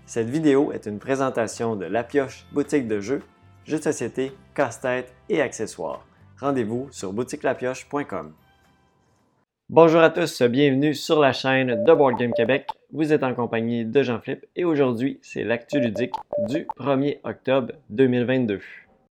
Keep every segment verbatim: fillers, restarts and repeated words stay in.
Cette vidéo est une présentation de La Pioche boutique de jeux, jeux de société, casse-tête et accessoires. Rendez-vous sur boutique la pioche point com. Bonjour à tous, bienvenue sur la chaîne de Board Game Québec. Vous êtes en compagnie de Jean-Philippe et aujourd'hui, c'est l'actu ludique du premier octobre deux mille vingt-deux.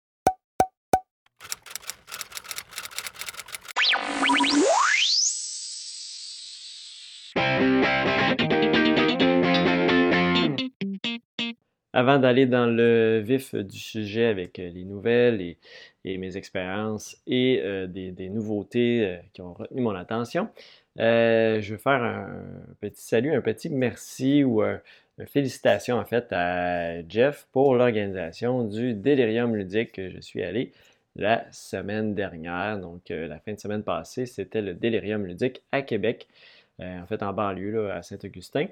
Avant d'aller dans le vif du sujet avec les nouvelles et, et mes expériences et euh, des, des nouveautés euh, qui ont retenu mon attention, euh, je vais faire un petit salut, un petit merci ou un, une félicitation en fait à Jeff pour l'organisation du Delirium ludique que je suis allé la semaine dernière. Donc euh, la fin de semaine passée, c'était le Delirium ludique à Québec, euh, en fait en banlieue là, à Saint-Augustin.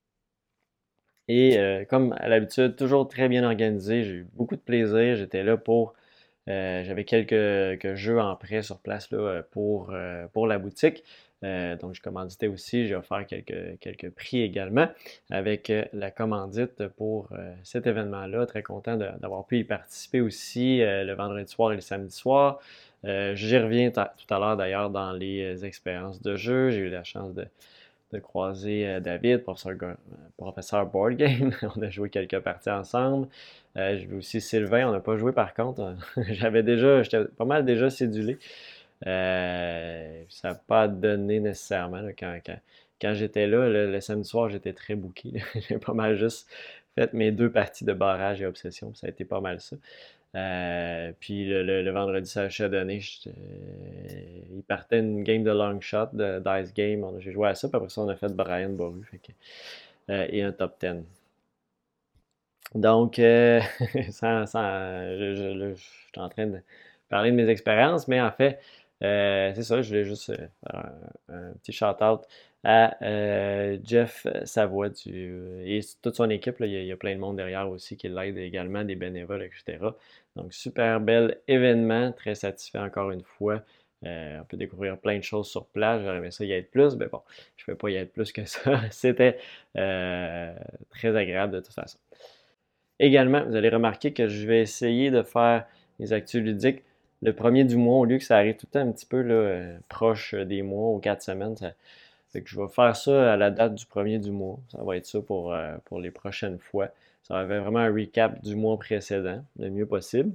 Et euh, comme à l'habitude, toujours très bien organisé, j'ai eu beaucoup de plaisir. J'étais là pour, euh, j'avais quelques, quelques jeux en prêt sur place là, pour, euh, pour la boutique. Euh, donc, je commanditais aussi, j'ai offert quelques, quelques prix également avec euh, la commandite pour euh, cet événement-là. Très content de- d'avoir pu y participer aussi euh, le vendredi soir et le samedi soir. Euh, j'y reviens tout à l'heure d'ailleurs dans les expériences de jeu. J'ai eu la chance de de croiser euh, David, professeur, professeur Board Game. On a joué quelques parties ensemble. Euh, j'ai vu aussi Sylvain, on n'a pas joué par contre. J'avais déjà, j'étais pas mal déjà cédulé. Euh, ça n'a pas donné nécessairement là, quand, quand, quand j'étais là, le, le samedi soir, j'étais très booké. J'ai pas mal juste fait mes deux parties de barrage et obsession, ça a été pas mal ça. Euh, puis le, le- le vendredi, ça a donné. Euh, il partait une game de long shot, de Dice Game. On- J'ai joué à ça, puis après ça, on a fait Brian Boru. Fait que, euh, et un top dix. Donc, euh, sans, sans- je, je- là, je suis en train de parler de mes expériences, mais en fait, euh, c'est ça, je voulais juste euh, faire un, un petit shout-out à euh, Jeff Savoie du, et toute son équipe. Là, il y a, il y a plein de monde derrière aussi qui l'aide également, des bénévoles, et cetera. Donc, super bel événement, très satisfait encore une fois. Euh, on peut découvrir plein de choses sur place. J'aurais aimé ça y être plus, mais bon, je ne peux pas y être plus que ça. C'était euh, très agréable de toute façon. Également, vous allez remarquer que je vais essayer de faire les actus ludiques le premier du mois au lieu que ça arrive tout le temps un petit peu là, euh, proche des mois ou quatre semaines. Ça, fait que je vais faire ça à la date du premier du mois. Ça va être ça pour, euh, pour les prochaines fois. Ça va être vraiment un recap du mois précédent, le mieux possible.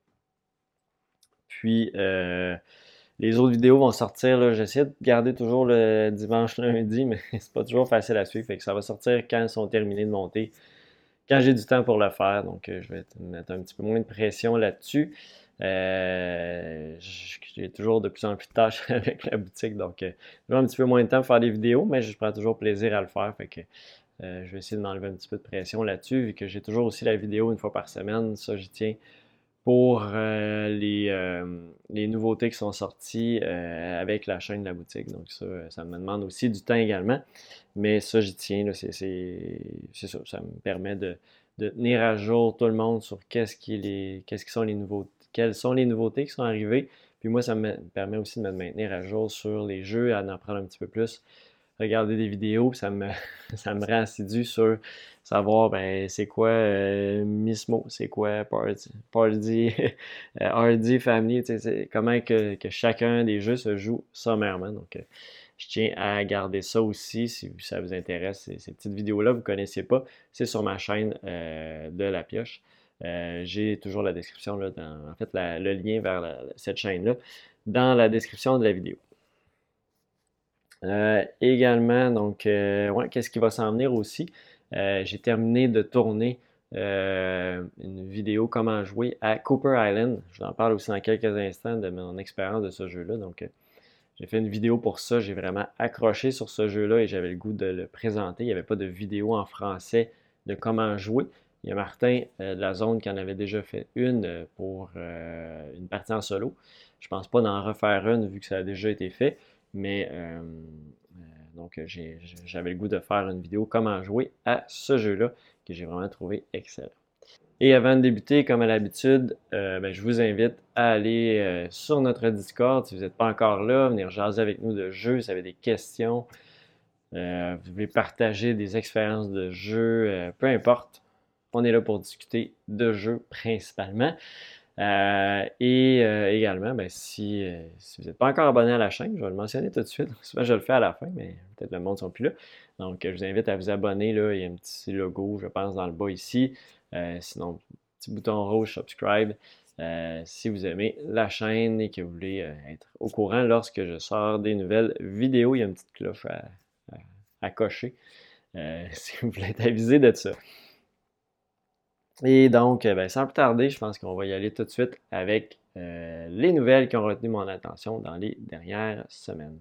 Puis, euh, les autres vidéos vont sortir, là, j'essaie de garder toujours le dimanche, lundi, mais c'est pas toujours facile à suivre. Fait que ça va sortir quand ils sont terminés de monter quand j'ai du temps pour le faire. Donc, euh, je vais mettre un petit peu moins de pression là-dessus. Euh, j'ai toujours de plus en plus de tâches avec la boutique, donc euh, j'ai un petit peu moins de temps pour faire des vidéos, mais je prends toujours plaisir à le faire. Fait que euh, je vais essayer de m'enlever un petit peu de pression là-dessus, vu que j'ai toujours aussi la vidéo une fois par semaine. Ça, j'y tiens pour euh, les, euh, les nouveautés qui sont sorties euh, avec la chaîne de la boutique. Donc ça, ça me demande aussi du temps également. Mais ça, j'y tiens. C'est ça. Ça me permet de, de tenir à jour tout le monde sur qu'est-ce qui, les, qu'est-ce qui sont les nouveautés, quelles sont les nouveautés qui sont arrivées. Puis moi, ça me permet aussi de me maintenir à jour sur les jeux, à en apprendre un petit peu plus, regarder des vidéos, ça me, ça me rend assidu sur savoir ben, c'est quoi euh, Mismo, c'est quoi Party, Party euh, Hardy Family, comment que, que chacun des jeux se joue sommairement. Donc, euh, je tiens à garder ça aussi si ça vous intéresse. Ces, ces petites vidéos-là, vous ne connaissez pas, c'est sur ma chaîne euh, de La Pioche. Euh, j'ai toujours la description, là, dans, en fait, la, le lien vers la, cette chaîne-là dans la description de la vidéo. Euh, également, donc, euh, ouais, qu'est-ce qui va s'en venir aussi? Euh, j'ai terminé de tourner euh, une vidéo comment jouer à Cooper Island. Je vous en parle aussi dans quelques instants de mon expérience de ce jeu-là. Donc, euh, j'ai fait une vidéo pour ça. J'ai vraiment accroché sur ce jeu-là et j'avais le goût de le présenter. Il n'y avait pas de vidéo en français de comment jouer. Il y a Martin euh, de la zone qui en avait déjà fait une euh, pour euh, une partie en solo. Je pense pas d'en refaire une vu que ça a déjà été fait. Mais euh, euh, donc j'avais le goût de faire une vidéo comment jouer à ce jeu-là que j'ai vraiment trouvé excellent. Et avant de débuter, comme à l'habitude, euh, ben, je vous invite à aller euh, sur notre Discord. Si vous n'êtes pas encore là, venir jaser avec nous de jeux, si vous avez des questions, euh, vous voulez partager des expériences de jeu, euh, peu importe. on est là pour discuter de jeux principalement. Euh, et euh, également, ben, si, euh, si vous n'êtes pas encore abonné à la chaîne, je vais le mentionner tout de suite. Souvent, je le fais à la fin, mais peut-être le monde ne sont plus là. Donc, je vous invite à vous abonner. Là. Il y a un petit logo, je pense, dans le bas ici. Euh, sinon, petit bouton rouge, subscribe. Euh, si vous aimez la chaîne et que vous voulez euh, être au courant lorsque je sors des nouvelles vidéos, il y a une petite cloche à, à, à cocher euh, si vous voulez être avisé de ça. Et donc, ben, sans plus tarder, je pense qu'on va y aller tout de suite avec euh, les nouvelles qui ont retenu mon attention dans les dernières semaines.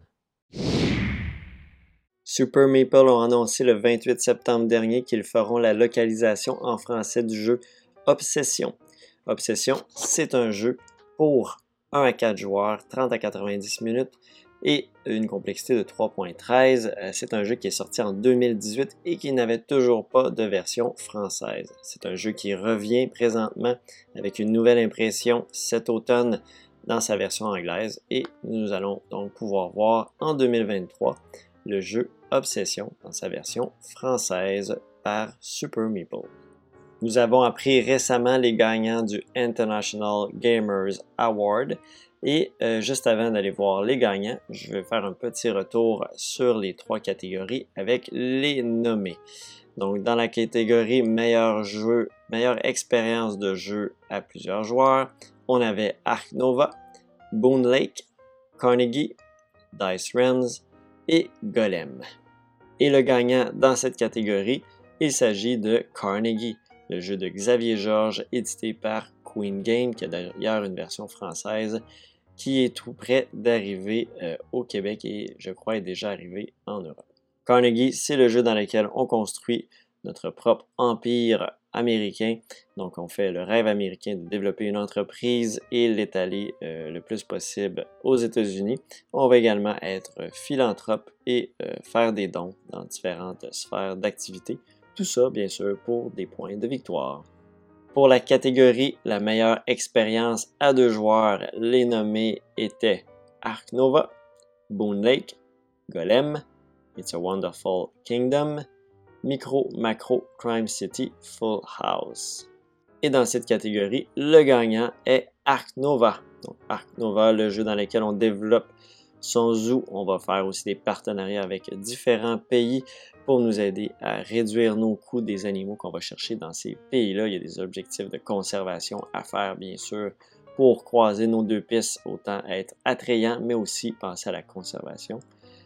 Super Meeple ont annoncé le vingt-huit septembre dernier qu'ils feront la localisation en français du jeu Obsession. Obsession, c'est un jeu pour un à quatre joueurs, trente à quatre-vingt-dix minutes et une complexité de trois point treize. C'est un jeu qui est sorti en deux mille dix-huit et qui n'avait toujours pas de version française. C'est un jeu qui revient présentement avec une nouvelle impression cet automne dans sa version anglaise et nous allons donc pouvoir voir en deux mille vingt-trois le jeu Obsession dans sa version française par Super Meeple. Nous avons appris récemment les gagnants du International Gamers Award et euh, juste avant d'aller voir les gagnants, je vais faire un petit retour sur les trois catégories avec les nommés. Donc dans la catégorie meilleur jeu, meilleure expérience de jeu à plusieurs joueurs, on avait Ark Nova, Boon Lake, Carnegie, Dice Realms et Golem. Et le gagnant dans cette catégorie, il s'agit de Carnegie, le jeu de Xavier Georges édité par Queen Game, qui a d'ailleurs une version française qui est tout près d'arriver euh, au Québec et je crois est déjà arrivé en Europe. Carnegie, c'est le jeu dans lequel on construit notre propre empire américain. Donc on fait le rêve américain de développer une entreprise et l'étaler euh, le plus possible aux États-Unis. On va également être philanthrope et euh, faire des dons dans différentes sphères d'activité. Tout ça, bien sûr, pour des points de victoire. Pour la catégorie la meilleure expérience à deux joueurs, les nommés étaient Ark Nova, Boon Lake, Golem, It's a Wonderful Kingdom, Micro Macro Crime City Full House. Et dans cette catégorie, le gagnant est Ark Nova. Donc Ark Nova, le jeu dans lequel on développe son zoo. On va faire aussi des partenariats avec différents pays pour nous aider à réduire nos coûts des animaux qu'on va chercher dans ces pays-là. Il y a des objectifs de conservation à faire, bien sûr, pour croiser nos deux pistes, autant être attrayant, mais aussi penser à la conservation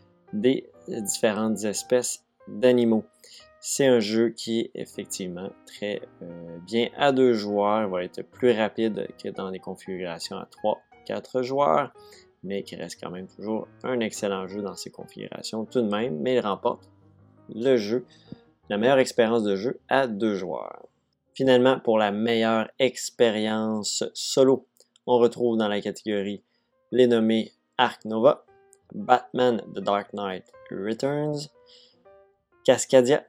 des différentes espèces d'animaux. C'est un jeu qui est effectivement très euh, bien à deux joueurs. Il va être plus rapide que dans les configurations à trois quatre joueurs, mais qui reste quand même toujours un excellent jeu dans ces configurations tout de même, mais il remporte le jeu, la meilleure expérience de jeu à deux joueurs. Finalement, pour la meilleure expérience solo, on retrouve dans la catégorie les nommés Ark Nova, Batman The Dark Knight Returns, Cascadia,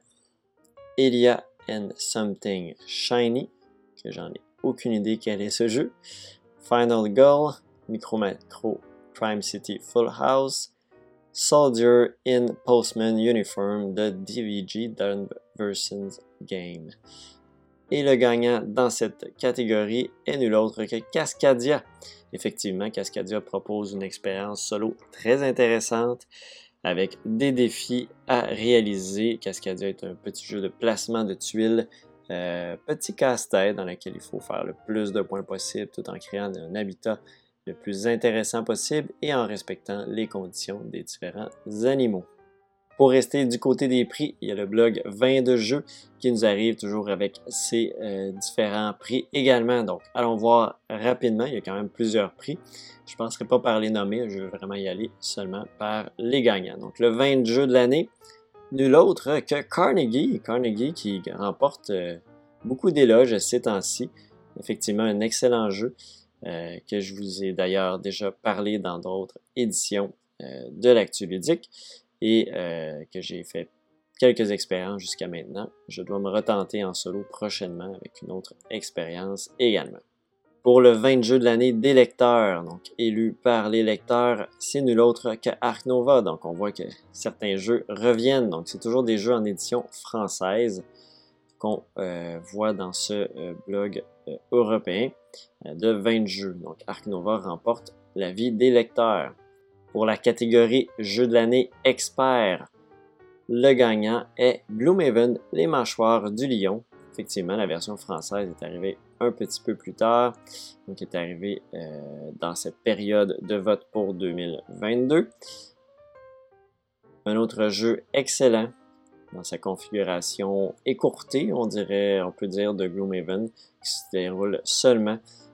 Elia and Something Shiny, que j'en ai aucune idée quel est ce jeu, Final Goal, Micro Macro Crime City Full House, Soldier in Postman Uniform de D V G Dunverson's Game. Et le gagnant dans cette catégorie est nul autre que Cascadia. Effectivement, Cascadia propose une expérience solo très intéressante avec des défis à réaliser. Cascadia est un petit jeu de placement de tuiles, euh, petit casse-tête dans lequel il faut faire le plus de points possible tout en créant un habitat le plus intéressant possible et en respectant les conditions des différents animaux. Pour rester du côté des prix, il y a le blog vingt de jeux qui nous arrive toujours avec ses euh, différents prix également. Donc, allons voir rapidement. Il y a quand même plusieurs prix. Je ne penserai pas par les nommer. Je veux vraiment y aller seulement par les gagnants. Donc, le vingt de jeu de l'année, nul autre que Carnegie. Carnegie qui remporte euh, beaucoup d'éloges ces temps-ci. Effectivement, un excellent jeu euh, que je vous ai d'ailleurs déjà parlé dans d'autres éditions euh, de l'Actu Ludique. Et euh, que j'ai fait quelques expériences jusqu'à maintenant. Je dois me retenter en solo prochainement avec une autre expérience également. Pour le vingt jeux de l'année des lecteurs, donc élu par les lecteurs, c'est nul autre que Ark Nova. Donc on voit que certains jeux reviennent. Donc c'est toujours des jeux en édition française. qu'on euh, voit dans ce euh, blog euh, européen euh, de vingt jeux. Donc Ark Nova remporte l'avis des lecteurs. Pour la catégorie Jeu de l'année expert, le gagnant est Gloomhaven, les mâchoires du lion. Effectivement, la version française est arrivée un petit peu plus tard, donc est arrivée euh, dans cette période de vote pour deux mille vingt-deux. Un autre jeu excellent dans sa configuration écourtée, on dirait, on peut dire, de Gloomhaven, qui se déroule seulement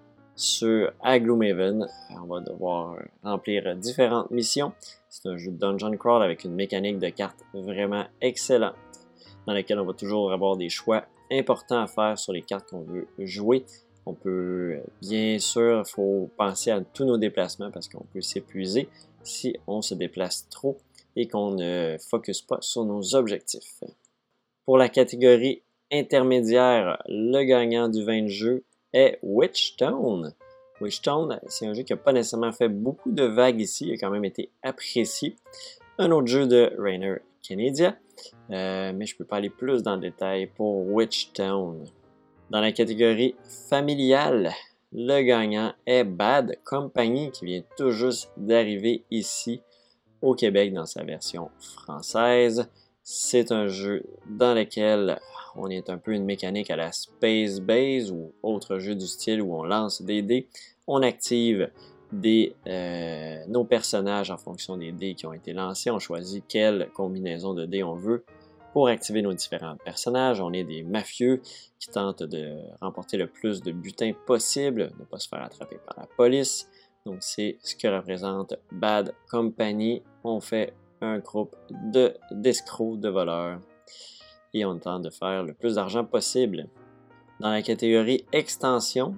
sur à Gloomhaven. On va devoir remplir différentes missions. C'est un jeu de dungeon crawl avec une mécanique de cartes vraiment excellente, dans laquelle on va toujours avoir des choix importants à faire sur les cartes qu'on veut jouer. On peut, bien sûr, il faut penser à tous nos déplacements parce qu'on peut s'épuiser si on se déplace trop et qu'on ne focus pas sur nos objectifs. Pour la catégorie intermédiaire, le gagnant du vingt jeux est Witchstone. Witchstone, c'est un jeu qui n'a pas nécessairement fait beaucoup de vagues ici, il a quand même été apprécié. Un autre jeu de Rainer Knizia, euh, mais je ne peux pas aller plus dans le détail pour Witchstone. Dans la catégorie familiale, le gagnant est Bad Company, qui vient tout juste d'arriver ici au Québec dans sa version française. C'est un jeu dans lequel on est un peu une mécanique à la Space Base ou autre jeu du style où on lance des dés, on active des, euh, nos personnages en fonction des dés qui ont été lancés, on choisit quelle combinaison de dés on veut pour activer nos différents personnages. On est des mafieux qui tentent de remporter le plus de butin possible, ne pas se faire attraper par la police. Donc c'est ce que représente Bad Company. On fait un groupe de d'escrocs, de voleurs, et on tente de faire le plus d'argent possible. Dans la catégorie extension,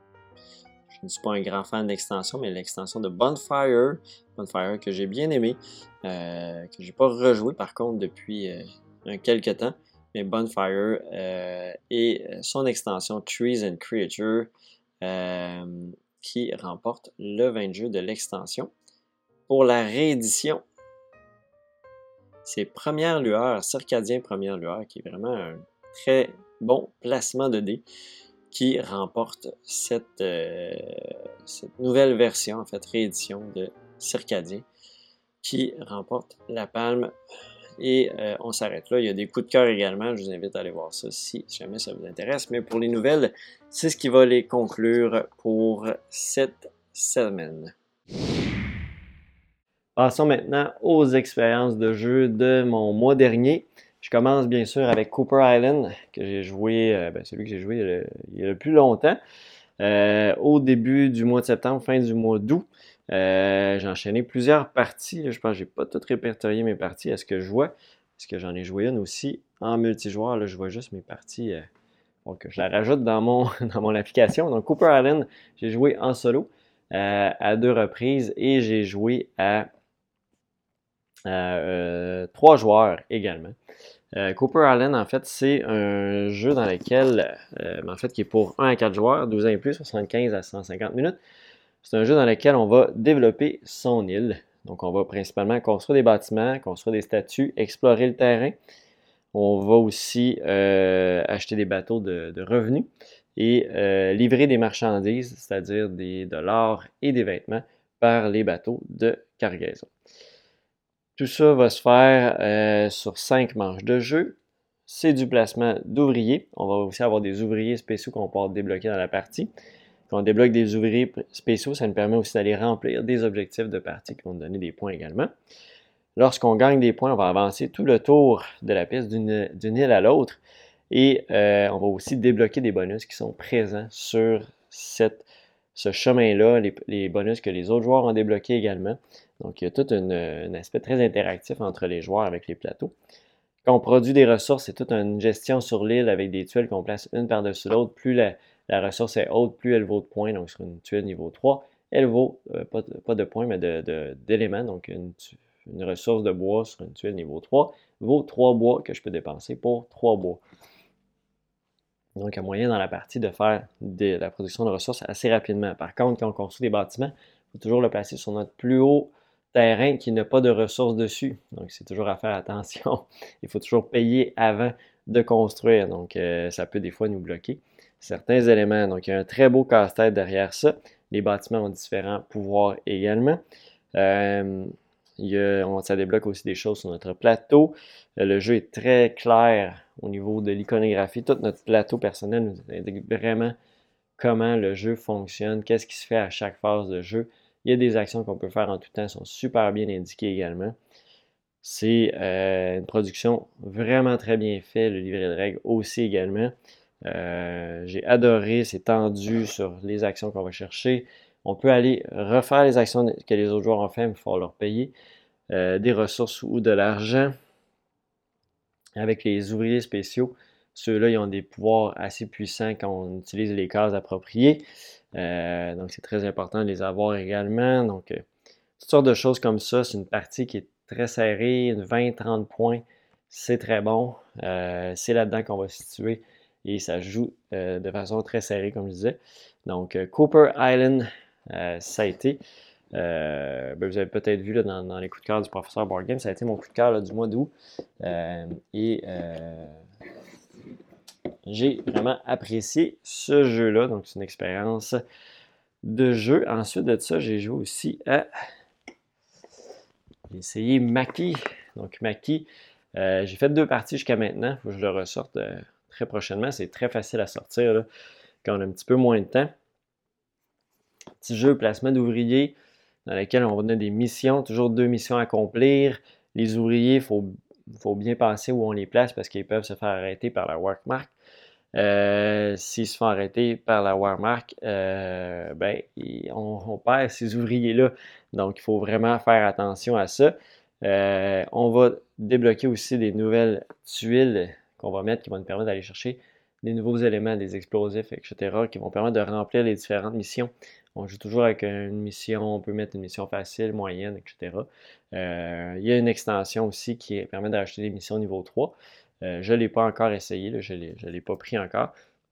je ne suis pas un grand fan d'extension, mais l'extension de Bonfire, Bonfire que j'ai bien aimé, euh, que j'ai pas rejoué par contre depuis euh, un quelques temps, mais Bonfire euh, et son extension Trees and Creatures euh, qui remporte le vingt jeux de l'extension. Pour la réédition, c'est Première Lueur, Circadien Première Lueur, qui est vraiment un très bon placement de dés, qui remporte cette, euh, cette nouvelle version, en fait, réédition de Circadien, qui remporte la palme. Et euh, on s'arrête là. Il y a des coups de cœur également. Je vous invite à aller voir ça si jamais ça vous intéresse. Mais pour les nouvelles, c'est ce qui va les conclure pour cette semaine. Passons maintenant aux expériences de jeu de mon mois dernier. Je commence bien sûr avec Cooper Island, que j'ai joué, euh, ben, celui que j'ai joué le, il y a le plus longtemps. Euh, au début du mois de septembre, fin du mois d'août, euh, j'ai enchaîné plusieurs parties. Je pense que j'ai pas tout répertorié mes parties à ce que je vois, parce que j'en ai joué une aussi en multijoueur. Là, je vois juste mes parties. Euh, donc, je la rajoute dans mon, dans mon application. Donc, Cooper Island, j'ai joué en solo euh, à deux reprises et j'ai joué à Euh, trois joueurs également. Euh, Cooper Island, en fait, c'est un jeu dans lequel, euh, en fait, qui est pour un à quatre joueurs, douze ans et plus, soixante-quinze à cent cinquante minutes. C'est un jeu dans lequel on va développer son île. Donc, on va principalement construire des bâtiments, construire des statues, explorer le terrain. On va aussi euh, acheter des bateaux de, de revenus et euh, livrer des marchandises, c'est-à-dire des, de l'or et des vêtements par les bateaux de cargaison. Tout ça va se faire euh, sur cinq manches de jeu. C'est du placement d'ouvriers. On va aussi avoir des ouvriers spéciaux qu'on peut débloquer dans la partie. Quand on débloque des ouvriers spéciaux, ça nous permet aussi d'aller remplir des objectifs de partie qui vont nous donner des points également. Lorsqu'on gagne des points, on va avancer tout le tour de la piste d'une, d'une île à l'autre. Et euh, on va aussi débloquer des bonus qui sont présents sur cette, ce chemin-là, les, les bonus que les autres joueurs ont débloqués également. Donc, il y a tout une, un aspect très interactif entre les joueurs avec les plateaux. Quand on produit des ressources, c'est toute une gestion sur l'île avec des tuiles qu'on place une par-dessus l'autre. Plus la, la ressource est haute, plus elle vaut de points. Donc, sur une tuile niveau trois, elle vaut euh, pas, pas de points, mais de, de, d'éléments. Donc, une, une ressource de bois sur une tuile niveau trois vaut trois bois que je peux dépenser pour trois bois. Donc, il y a moyen dans la partie de faire de la production de ressources assez rapidement. Par contre, quand on construit des bâtiments, il faut toujours le placer sur notre plus haut terrain qui n'a pas de ressources dessus. Donc, c'est toujours à faire attention. Il faut toujours payer avant de construire. Donc, euh, ça peut des fois nous bloquer certains éléments. Donc, il y a un très beau casse-tête derrière ça. Les bâtiments ont différents pouvoirs également. Euh, il y a, on, ça débloque aussi des choses sur notre plateau. Euh, le jeu est très clair au niveau de l'iconographie. Tout notre plateau personnel nous indique vraiment comment le jeu fonctionne, qu'est-ce qui se fait à chaque phase de jeu. Il y a des actions qu'on peut faire en tout temps, sont super bien indiquées également. C'est euh, une production vraiment très bien faite, le livret de règles aussi également. Euh, j'ai adoré, c'est tendu sur les actions qu'on va chercher. On peut aller refaire les actions que les autres joueurs ont fait, mais il faut leur payer euh, des ressources ou de l'argent. Avec les ouvriers spéciaux, ceux-là, ils ont des pouvoirs assez puissants quand on utilise les cases appropriées. Euh, donc, c'est très important de les avoir également. Donc, euh, toutes sortes de choses comme ça. C'est une partie qui est très serrée, vingt à trente points. C'est très bon. Euh, c'est là-dedans qu'on va se situer et ça joue euh, de façon très serrée, comme je disais. Donc, euh, Cooper Island, euh, ça a été. Euh, ben vous avez peut-être vu là, dans, dans les coups de cœur du professeur Board Game, ça a été mon coup de cœur là, du mois d'août. Euh, et euh, j'ai vraiment apprécié ce jeu-là. Donc, c'est une expérience de jeu. Ensuite de ça, j'ai joué aussi à. J'ai essayé Maki. Donc, Maki, euh, j'ai fait deux parties jusqu'à maintenant. Il faut que je le ressorte euh, très prochainement. C'est très facile à sortir là, quand on a un petit peu moins de temps. Petit jeu placement d'ouvriers dans lequel on va donner des missions, toujours deux missions à accomplir. Les ouvriers, il faut, faut bien penser où on les place parce qu'ils peuvent se faire arrêter par la Workmark. Euh, S'ils se font arrêter par la Workmark, euh, ben, on, on perd ces ouvriers-là. Donc, il faut vraiment faire attention à ça. Euh, on va débloquer aussi des nouvelles tuiles qu'on va mettre qui vont nous permettre d'aller chercher des nouveaux éléments, des explosifs, et cetera, qui vont permettre de remplir les différentes missions. On joue toujours avec une mission, on peut mettre une mission facile, moyenne, et cetera. Euh, il y a une extension aussi qui permet d'acheter des missions niveau trois. Euh, je ne l'ai pas encore essayé, là, je ne l'ai pas pris encore.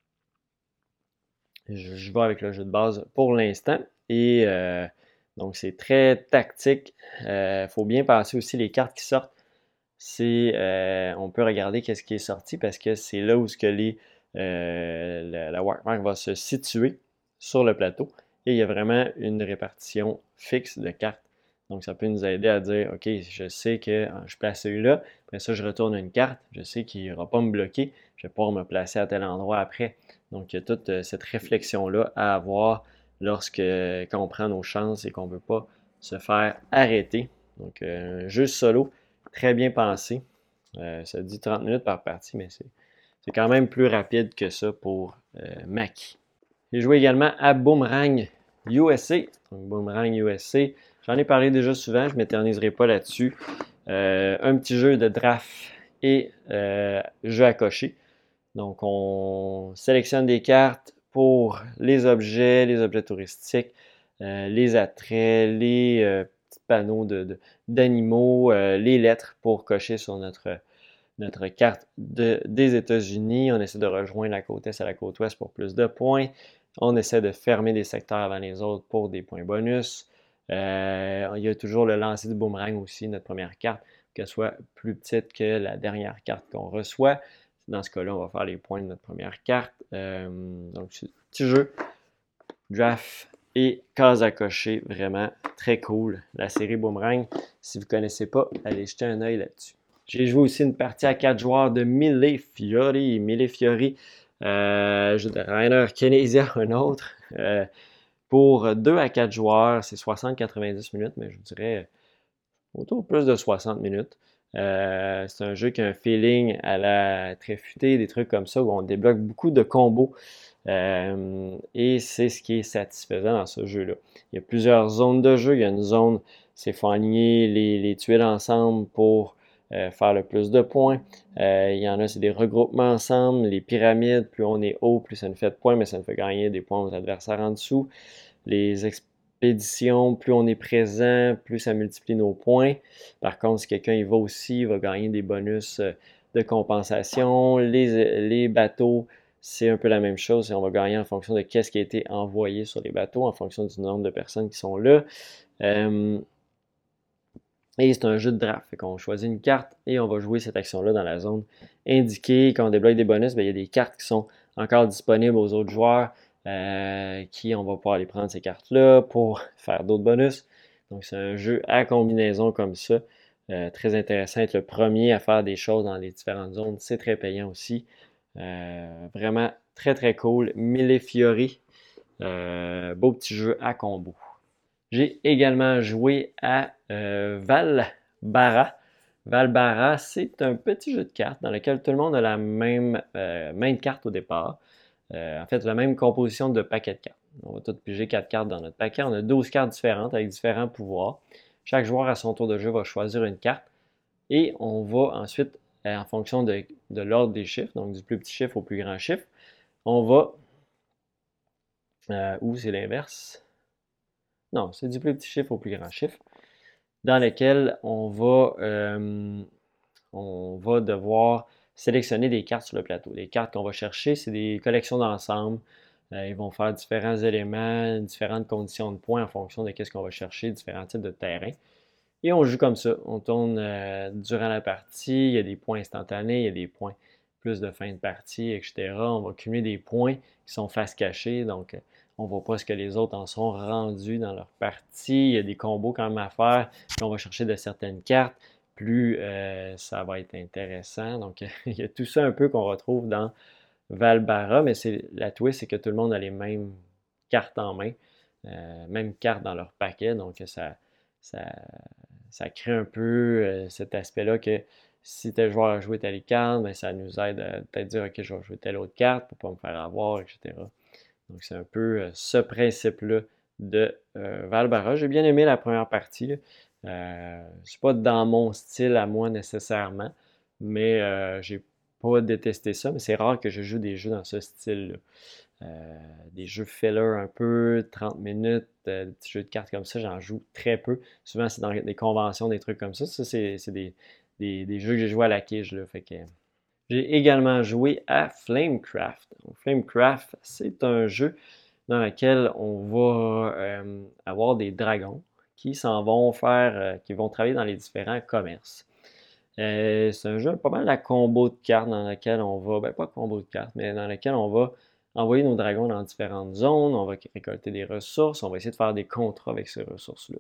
Je, je vais avec le jeu de base pour l'instant. Et euh, donc, c'est très tactique. Il euh, faut bien passer aussi les cartes qui sortent. C'est, euh, on peut regarder qu'est-ce qui est sorti parce que c'est là où ce que les, euh, la, la Workmark va se situer sur le plateau. Et il y a vraiment une répartition fixe de cartes. Donc, ça peut nous aider à dire, OK, je sais que je place celui-là, après ça, je retourne une carte, je sais qu'il ne va pas me bloquer, je vais pouvoir me placer à tel endroit après. Donc, il y a toute cette réflexion-là à avoir lorsque, quand on prend nos chances et qu'on ne veut pas se faire arrêter. Donc, un jeu solo, très bien pensé. Euh, ça dit trente minutes par partie, mais c'est quand même plus rapide que ça pour euh, Maki. J'ai joué également à Boomerang U S A. Donc, Boomerang U S A. J'en ai parlé déjà souvent, je ne m'éterniserai pas là-dessus. Euh, un petit jeu de draft et euh, jeu à cocher. Donc, on sélectionne des cartes pour les objets, les objets touristiques, euh, les attraits, les euh, petits panneaux d'animaux, de, de, euh, les lettres pour cocher sur notre, notre carte de, des États-Unis. On essaie de rejoindre la côte est à la côte ouest pour plus de points. On essaie de fermer des secteurs avant les autres pour des points bonus. Euh, il y a toujours le lancer du boomerang aussi, notre première carte, qu'elle soit plus petite que la dernière carte qu'on reçoit. Dans ce cas-là, on va faire les points de notre première carte. Euh, donc, c'est un petit jeu, draft et case à cocher, vraiment très cool. La série Boomerang, si vous ne connaissez pas, allez jeter un œil là-dessus. J'ai joué aussi une partie à quatre joueurs de Mille Fiori. Mille Fiori, euh, jeu de Rainer Knizia, un autre. Euh, pour deux à quatre joueurs, c'est soixante à quatre-vingt-dix minutes, mais je dirais autour plus de soixante minutes. Euh, c'est un jeu qui a un feeling à la très futé, des trucs comme ça, où on débloque beaucoup de combos. Euh, et c'est ce qui est satisfaisant dans ce jeu-là. Il y a plusieurs zones de jeu. Il y a une zone, c'est faut aligner les, les tuiles ensemble pour euh, faire le plus de points. Euh, il y en a, c'est des regroupements ensemble. Les pyramides, plus on est haut, plus ça nous fait de points, mais ça nous fait gagner des points aux adversaires en dessous. Les expéditions, plus on est présent, plus ça multiplie nos points. Par contre, si quelqu'un y va aussi, il va gagner des bonus de compensation. Les, les bateaux, c'est un peu la même chose. On va gagner en fonction de qu'est-ce qui a été envoyé sur les bateaux, en fonction du nombre de personnes qui sont là. Euh, Et c'est un jeu de draft. Fait qu'on choisit une carte et on va jouer cette action-là dans la zone indiquée. Quand on débloque des bonus, bien, il y a des cartes qui sont encore disponibles aux autres joueurs euh, qui on va pouvoir aller prendre ces cartes-là pour faire d'autres bonus. Donc c'est un jeu à combinaison comme ça. Euh, très intéressant, être le premier à faire des choses dans les différentes zones. C'est très payant aussi. Euh, vraiment très très cool. Mille Fiori. Euh, beau petit jeu à combo. J'ai également joué à euh, Valbara. Valbara, c'est un petit jeu de cartes dans lequel tout le monde a la même euh, main de cartes au départ. Euh, en fait, la même composition de paquets de cartes. On va tous piger quatre cartes dans notre paquet. On a douze cartes différentes avec différents pouvoirs. Chaque joueur à son tour de jeu va choisir une carte et on va ensuite, euh, en fonction de, de l'ordre des chiffres, donc du plus petit chiffre au plus grand chiffre, on va... Euh, ou c'est l'inverse. Non, c'est du plus petit chiffre au plus grand chiffre, dans lequel on va, euh, on va devoir sélectionner des cartes sur le plateau. Les cartes qu'on va chercher, c'est des collections d'ensemble. Euh, ils vont faire différents éléments, différentes conditions de points en fonction de ce qu'on va chercher, différents types de terrains. Et on joue comme ça. On tourne euh, durant la partie. Il y a des points instantanés, il y a des points plus de fin de partie, et cetera. On va cumuler des points qui sont face cachée. Donc, on ne voit pas ce que les autres en sont rendus dans leur partie. Il y a des combos quand même à faire. Puis on va chercher de certaines cartes. Plus euh, ça va être intéressant. Donc, il y a tout ça un peu qu'on retrouve dans Valbara. Mais c'est, la twist, c'est que tout le monde a les mêmes cartes en main. Euh, même cartes dans leur paquet. Donc, ça, ça, ça crée un peu euh, cet aspect-là que si tel joueur a joué telle carte, ben, ça nous aide à peut-être dire ok, je vais jouer telle autre carte pour ne pas me faire avoir, et cetera. Donc c'est un peu euh, ce principe-là de euh, Valbara. J'ai bien aimé la première partie. Euh, c'est pas dans mon style à moi nécessairement, mais euh, j'ai pas détesté ça. Mais c'est rare que je joue des jeux dans ce style-là. Euh, des jeux filler un peu, trente minutes, euh, des petits jeux de cartes comme ça, j'en joue très peu. Souvent, c'est dans des conventions, des trucs comme ça. Ça, c'est, c'est des, des, des, jeux que j'ai joué à la quiche. Là, fait que... J'ai également joué à Flamecraft. Donc, Flamecraft, c'est un jeu dans lequel on va euh, avoir des dragons qui s'en vont faire, euh, qui vont travailler dans les différents commerces. Euh, c'est un jeu pas mal à combo de cartes dans lequel on va, ben pas combo de cartes, mais dans lequel on va envoyer nos dragons dans différentes zones, on va récolter des ressources, on va essayer de faire des contrats avec ces ressources-là.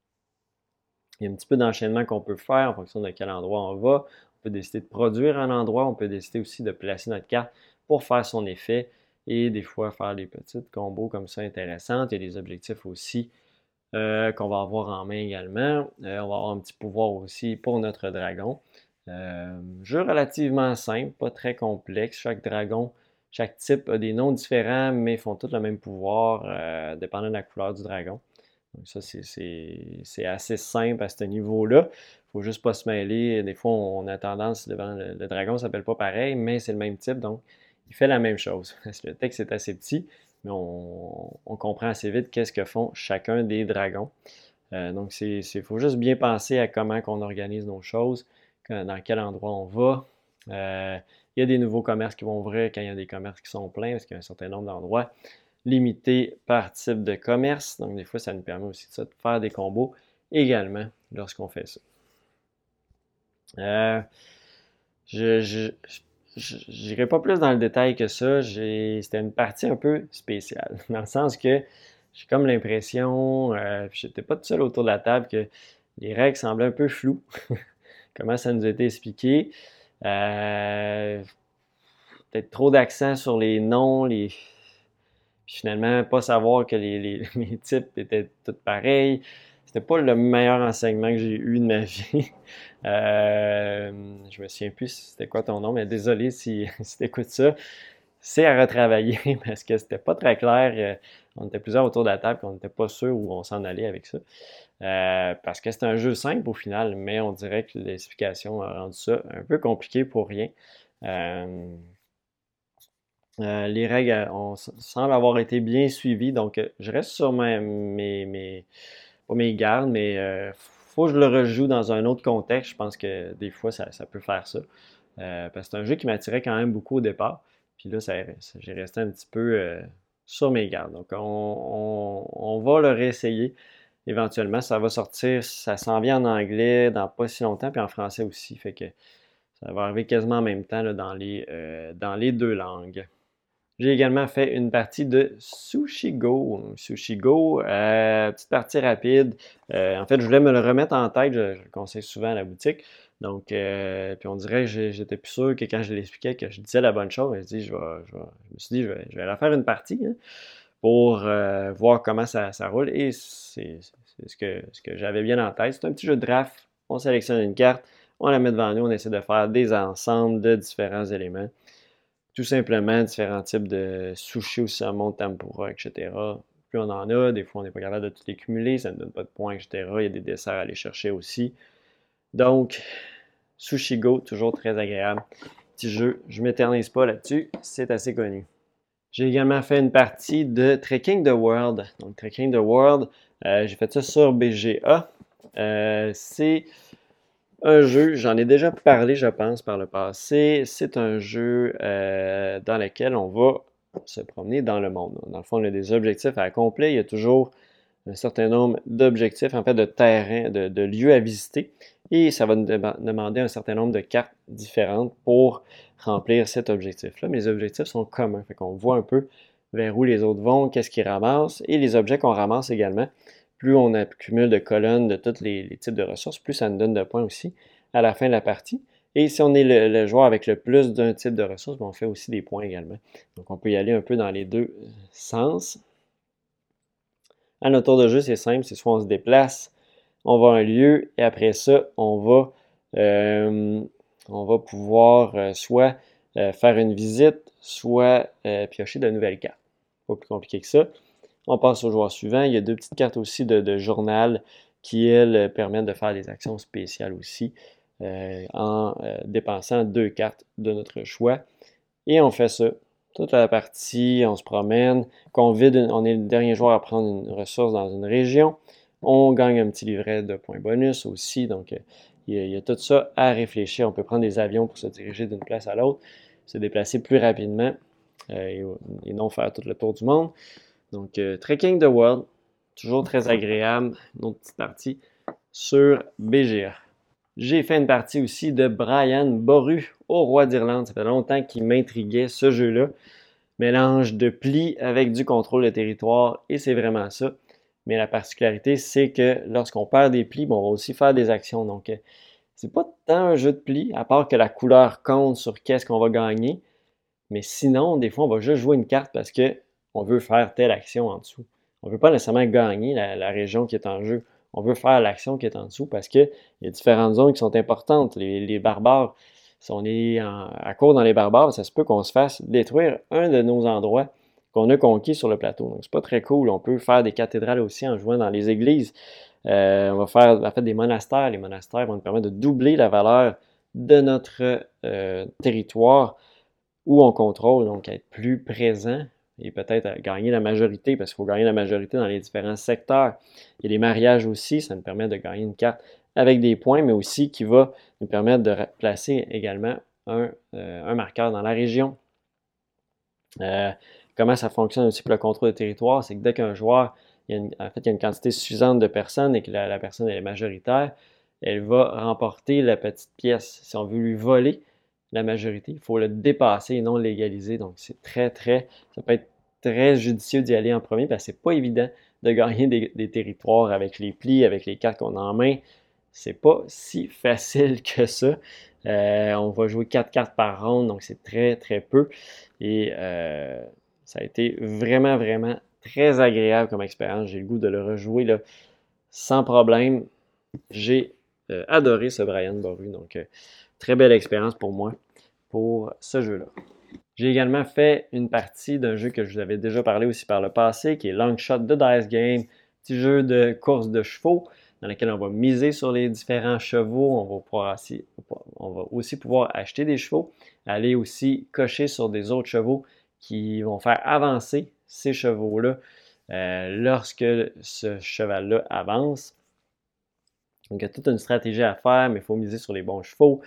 Il y a un petit peu d'enchaînement qu'on peut faire en fonction de quel endroit on va. On peut décider de produire un endroit, on peut décider aussi de placer notre carte pour faire son effet et des fois faire des petites combos comme ça intéressantes. Il y a des objectifs aussi euh, qu'on va avoir en main également. Euh, on va avoir un petit pouvoir aussi pour notre dragon. Euh, jeu relativement simple, pas très complexe. Chaque dragon, chaque type a des noms différents, mais font tous le même pouvoir, euh, dépendant de la couleur du dragon. Donc ça, c'est assez simple à ce niveau-là. Il ne faut juste pas se mêler. Des fois, on a tendance, devant le, le dragon ne s'appelle pas pareil, mais c'est le même type, donc il fait la même chose. Le texte est assez petit, mais on, on comprend assez vite qu'est-ce que font chacun des dragons. Euh, donc, il faut juste bien penser à comment on organise nos choses, dans quel endroit on va. Euh, il y a des nouveaux commerces qui vont ouvrir quand il y a des commerces qui sont pleins, parce qu'il y a un certain nombre d'endroits limité par type de commerce. Donc, des fois, ça nous permet aussi de, ça, de faire des combos également lorsqu'on fait ça. Euh, je n'irai pas plus dans le détail que ça. C'était une partie un peu spéciale, dans le sens que j'ai comme l'impression, euh, puis j'étais pas tout seul autour de la table, que les règles semblaient un peu floues. Comment ça nous a été expliqué. Euh, Peut-être trop d'accent sur les noms, les... Puis finalement, pas savoir que les, les, les types étaient tous pareils. C'était pas le meilleur enseignement que j'ai eu de ma vie. Euh, je me souviens plus c'était quoi ton nom, mais désolé si, si tu écoutes ça. C'est à retravailler parce que c'était pas très clair. On était plusieurs autour de la table, on n'était pas sûr où on s'en allait avec ça. Euh, parce que c'est un jeu simple au final, mais on dirait que l'explication a rendu ça un peu compliqué pour rien. Euh, euh, les règles euh, on, semblent avoir été bien suivies, donc euh, je reste sur mes, mes, mes, pas mes gardes, mais euh, faut que je le rejoue dans un autre contexte. Je pense que des fois, ça, ça peut faire ça. Euh, parce que c'est un jeu qui m'attirait quand même beaucoup au départ. Puis là, ça, ça, j'ai resté un petit peu euh, sur mes gardes. Donc, on, on, on va le réessayer. éventuellement, ça va sortir, ça s'en vient en anglais dans pas si longtemps, puis en français aussi. Fait que ça va arriver quasiment en même temps là, dans les, euh, dans les deux langues. J'ai également fait une partie de Sushi Go. Sushi Go, euh, petite partie rapide. Euh, en fait, je voulais me le remettre en tête, je, je le conseille souvent à la boutique. Donc, euh, puis on dirait que j'étais plus sûr que quand je l'expliquais que je disais la bonne chose. Je, dis, je, vais, je, vais, je me suis dit, je vais, je vais la faire une partie hein, pour euh, voir comment ça, ça roule. Et c'est ce que, ce que j'avais bien en tête. C'est un petit jeu de draft. On sélectionne une carte, on la met devant nous, on essaie de faire des ensembles de différents éléments. Tout simplement, différents types de sushi au saumon, tempura, et cetera. Plus on en a, des fois on n'est pas capable de tout les cumuler, ça ne donne pas de points, et cetera. Il y a des desserts à aller chercher aussi. Donc, Sushi Go, toujours très agréable. Petit jeu, je ne m'éternise pas là-dessus, c'est assez connu. J'ai également fait une partie de Trekking the World. Donc, Trekking the World, euh, j'ai fait ça sur B G A. Euh, c'est un jeu, j'en ai déjà parlé, je pense, par le passé. C'est un jeu euh, dans lequel on va se promener dans le monde. Dans le fond, on a des objectifs à accomplir. Il y a toujours un certain nombre d'objectifs, en fait, de terrains, de, de lieux à visiter. Et ça va nous demander un certain nombre de cartes différentes pour remplir cet objectif-là. Mais les objectifs sont communs. Fait qu'on voit un peu vers où les autres vont, qu'est-ce qu'ils ramassent et les objets qu'on ramasse également. Plus on accumule de colonnes de tous les, les types de ressources, plus ça nous donne de points aussi à la fin de la partie. Et si on est le, le joueur avec le plus d'un type de ressources, ben on fait aussi des points également. Donc on peut y aller un peu dans les deux sens. À notre tour de jeu, c'est simple, c'est soit on se déplace, on va à un lieu, et après ça, on va, euh, on va pouvoir euh, soit euh, faire une visite, soit euh, piocher de nouvelles cartes. Pas plus compliqué que ça. On passe au joueur suivant. Il y a deux petites cartes aussi de, de journal qui, elles, permettent de faire des actions spéciales aussi euh, en euh, dépensant deux cartes de notre choix. Et on fait ça toute la partie, on se promène, qu'on vide, une, on est le dernier joueur à prendre une ressource dans une région. On gagne un petit livret de points bonus aussi. Donc, euh, il, y a, il y a tout ça à réfléchir. On peut prendre des avions pour se diriger d'une place à l'autre, se déplacer plus rapidement euh, et, et non faire tout le tour du monde. Donc, euh, Trekking the World, toujours très agréable. Une autre petite partie sur B G A. J'ai fait une partie aussi de Brian Boru au Roi d'Irlande. Ça fait longtemps qu'il m'intriguait ce jeu-là. Mélange de plis avec du contrôle de territoire et c'est vraiment ça. Mais la particularité, c'est que lorsqu'on perd des plis, bon, on va aussi faire des actions. Donc, euh, c'est pas tant un jeu de plis, à part que la couleur compte sur qu'est-ce qu'on va gagner. Mais sinon, des fois, on va juste jouer une carte parce que on veut faire telle action en dessous. On ne veut pas nécessairement gagner la, la région qui est en jeu. On veut faire l'action qui est en dessous parce qu'il y a différentes zones qui sont importantes. Les, les barbares, si on est en, à court dans les barbares, ça se peut qu'on se fasse détruire un de nos endroits qu'on a conquis sur le plateau. Donc, c'est pas très cool. On peut faire des cathédrales aussi en jouant dans les églises. Euh, on va faire en fait, des monastères. Les monastères vont nous permettre de doubler la valeur de notre euh, territoire où on contrôle, donc être plus présent et peut-être gagner la majorité, parce qu'il faut gagner la majorité dans les différents secteurs. Il y a les mariages aussi, ça nous permet de gagner une carte avec des points, mais aussi qui va nous permettre de placer également un, euh, un marqueur dans la région. Euh, comment ça fonctionne aussi pour le contrôle de territoire, c'est que dès qu'un joueur, il y a une, en fait, il y a une quantité suffisante de personnes et que la, la personne est majoritaire, elle va remporter la petite pièce. Si on veut lui voler la majorité, il faut le dépasser et non l'égaliser. Donc, c'est très, très, ça peut être très judicieux d'y aller en premier parce que c'est pas évident de gagner des, des territoires avec les plis, avec les cartes qu'on a en main. C'est pas si facile que ça. Euh, on va jouer quatre cartes par ronde, donc c'est très, très peu. Et euh, ça a été vraiment, vraiment très agréable comme expérience. J'ai le goût de le rejouer là, sans problème. J'ai euh, adoré ce Brian Boru. Donc, euh, très belle expérience pour moi pour ce jeu-là. J'ai également fait une partie d'un jeu que je vous avais déjà parlé aussi par le passé, qui est Longshot de Dice Game, petit jeu de course de chevaux dans lequel on va miser sur les différents chevaux. On va, pouvoir aussi, on va aussi pouvoir acheter des chevaux, aller aussi cocher sur des autres chevaux qui vont faire avancer ces chevaux-là euh, lorsque ce cheval-là avance. Donc, il y a toute une stratégie à faire, mais il faut miser sur les bons chevaux.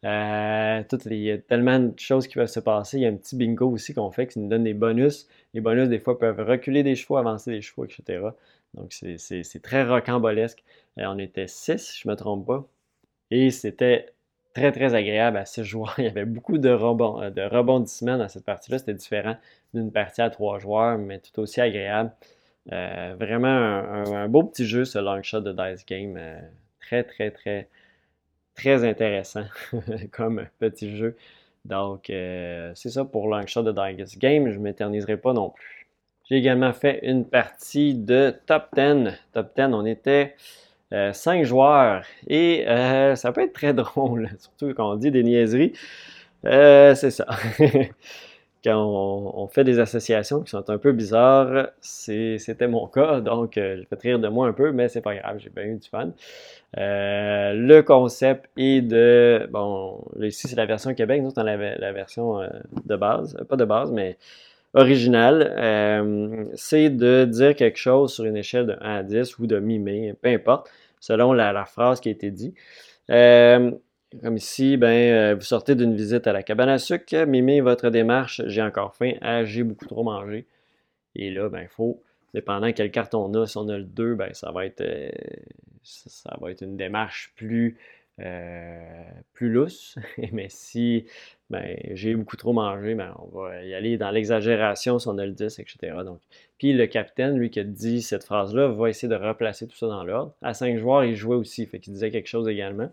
Euh, toutes les, il y a tellement de choses qui peuvent se passer. Il y a un petit bingo aussi qu'on fait qui nous donne des bonus. Les bonus, des fois, peuvent reculer des chevaux, avancer des chevaux, et cetera. Donc, c'est c'est- c'est très rocambolesque. Euh, on était six, je ne me trompe pas. Et c'était très, très agréable à six joueurs. Il y avait beaucoup de, rebond, euh, de rebondissements dans cette partie-là. C'était différent d'une partie à trois joueurs, mais tout aussi agréable. Euh, vraiment un, un- un beau petit jeu, ce long shot de Dice Game. Euh, très, très, très, très intéressant comme petit jeu. Donc, euh, c'est ça pour long shot de Dice Game. Je ne m'éterniserai pas non plus. J'ai également fait une partie de Top dix. Top dix, on était euh, cinq joueurs. Et euh, ça peut être très drôle, surtout quand on dit des niaiseries. Euh, c'est ça. Quand on, on, fait des associations qui sont un peu bizarres, c'était mon cas, donc euh, je vais rire de moi un peu, mais c'est pas grave, j'ai bien eu du fun. Euh, le concept est de, bon, ici c'est la version Québec, nous on a la, la version euh, de base, pas de base, mais originale, euh, c'est de dire quelque chose sur une échelle de un à dix ou de mimer, peu importe, selon la, la phrase qui a été dite. Euh, comme ici, ben, euh, vous sortez d'une visite à la cabane à sucre, mimez votre démarche, j'ai encore faim, ah, j'ai beaucoup trop mangé. Et là, ben, il faut, dépendant quelle carte on a, si on a le deux, ben, ça va être, euh, ça, ça va être une démarche plus, euh, plus lousse. Mais si ben, j'ai beaucoup trop mangé, ben, on va y aller dans l'exagération si on a le dix, et cetera. Donc, puis le capitaine, lui, qui a dit cette phrase-là, va essayer de replacer tout ça dans l'ordre. À cinq joueurs, il jouait aussi, fait qu'il disait quelque chose également.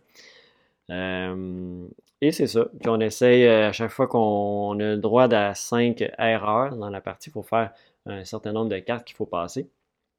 Euh, et c'est ça. Puis on essaye à chaque fois qu'on a le droit à cinq erreurs dans la partie, il faut faire un certain nombre de cartes qu'il faut passer.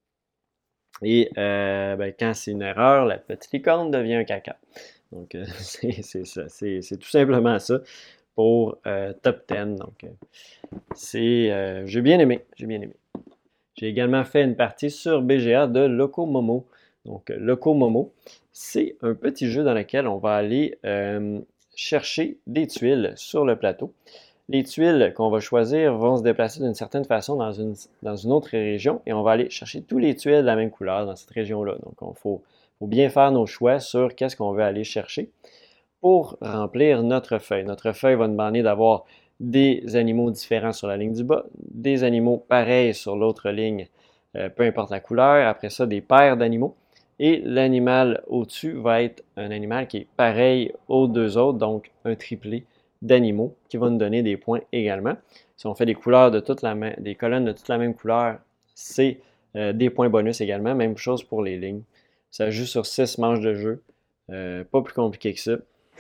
Et euh, ben, quand c'est une erreur, la petite licorne devient un caca. Donc euh, c'est ça. C'est tout simplement ça pour euh, Top dix. Donc euh, c'est. Euh, j'ai bien aimé. J'ai bien aimé. J'ai également fait une partie sur B G A de Loco Momo. Donc, Loco Momo, c'est un petit jeu dans lequel on va aller euh, chercher des tuiles sur le plateau. Les tuiles qu'on va choisir vont se déplacer d'une certaine façon dans une, dans une autre région et on va aller chercher tous les tuiles de la même couleur dans cette région-là. Donc, il faut, faut bien faire nos choix sur qu'est-ce qu'on veut aller chercher pour remplir notre feuille. Notre feuille va nous demander d'avoir des animaux différents sur la ligne du bas, des animaux pareils sur l'autre ligne, euh, peu importe la couleur. Après ça, des paires d'animaux. Et l'animal au-dessus va être un animal qui est pareil aux deux autres, donc un triplé d'animaux qui va nous donner des points également. Si on fait des couleurs de toute la même, des colonnes de toute la même couleur, c'est euh, des points bonus également. Même chose pour les lignes. Ça joue sur six manches de jeu. Euh, pas plus compliqué que ça.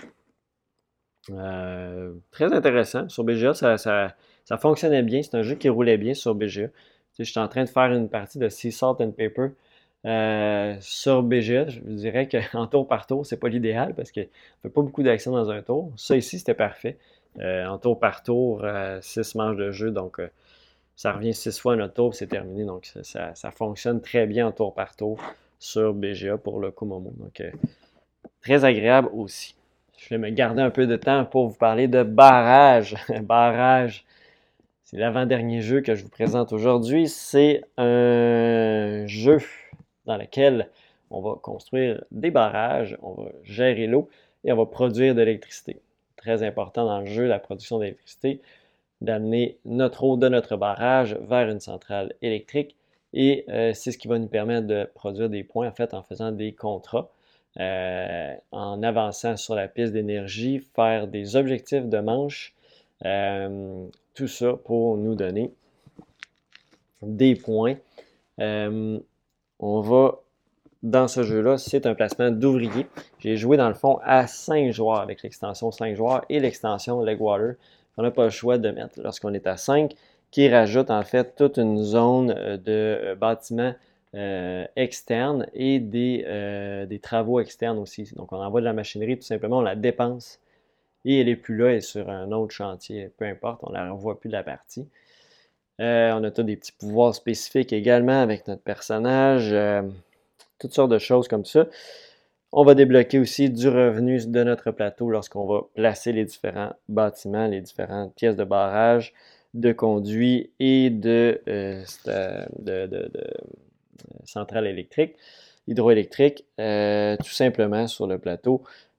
Euh, très intéressant. Sur B G A, ça, ça, ça fonctionnait bien. C'est un jeu qui roulait bien sur B G A. Tu sais, je suis en train de faire une partie de Sea Salt and Paper euh, sur B G A. Je vous dirais qu'en tour par tour, c'est pas l'idéal parce qu'on ne fait pas beaucoup d'actions dans un tour. Ça ici, c'était parfait. Euh, en tour par tour, euh, six manches de jeu. Donc, euh, ça revient six fois à notre tour, c'est terminé. Donc, ça, ça, ça, fonctionne très bien en tour par tour sur B G A pour le Komomo. Donc, euh, très agréable aussi. Je vais me garder un peu de temps pour vous parler de Barrage. Barrage, c'est l'avant-dernier jeu que je vous présente aujourd'hui. C'est un jeu dans lequel on va construire des barrages, on va gérer l'eau et on va produire de l'électricité. Très important dans le jeu, la production d'électricité, d'amener notre eau de notre barrage vers une centrale électrique. Et euh, c'est ce qui va nous permettre de produire des points, en fait, en faisant des contrats. Euh, en avançant sur la piste d'énergie, faire des objectifs de manche, euh, tout ça pour nous donner des points. Euh, on va, dans ce jeu-là, c'est un placement d'ouvriers. J'ai joué dans le fond à cinq joueurs avec l'extension cinq joueurs et l'extension Legwater. On n'a pas le choix de mettre lorsqu'on est à cinq, qui rajoute en fait toute une zone de bâtiments Euh, externes et des, euh, des travaux externes aussi. Donc, on envoie de la machinerie, tout simplement, on la dépense et elle n'est plus là, elle est sur un autre chantier, peu importe, on ne la revoit plus de la partie. Euh, on a tous des petits pouvoirs spécifiques également avec notre personnage, euh, toutes sortes de choses comme ça. On va débloquer aussi du revenu de notre plateau lorsqu'on va placer les différents bâtiments, les différentes pièces de barrage, de conduits et de, euh, de, de, de centrale électrique, hydroélectrique, euh, tout simplement sur le plateau.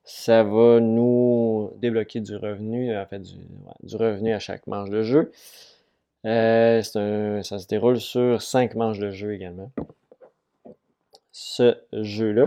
ça va nous débloquer du revenu, en fait, du, ouais, du revenu à chaque manche de jeu. Euh, c'est un- ça se déroule sur cinq manches de jeu également, ce jeu-là.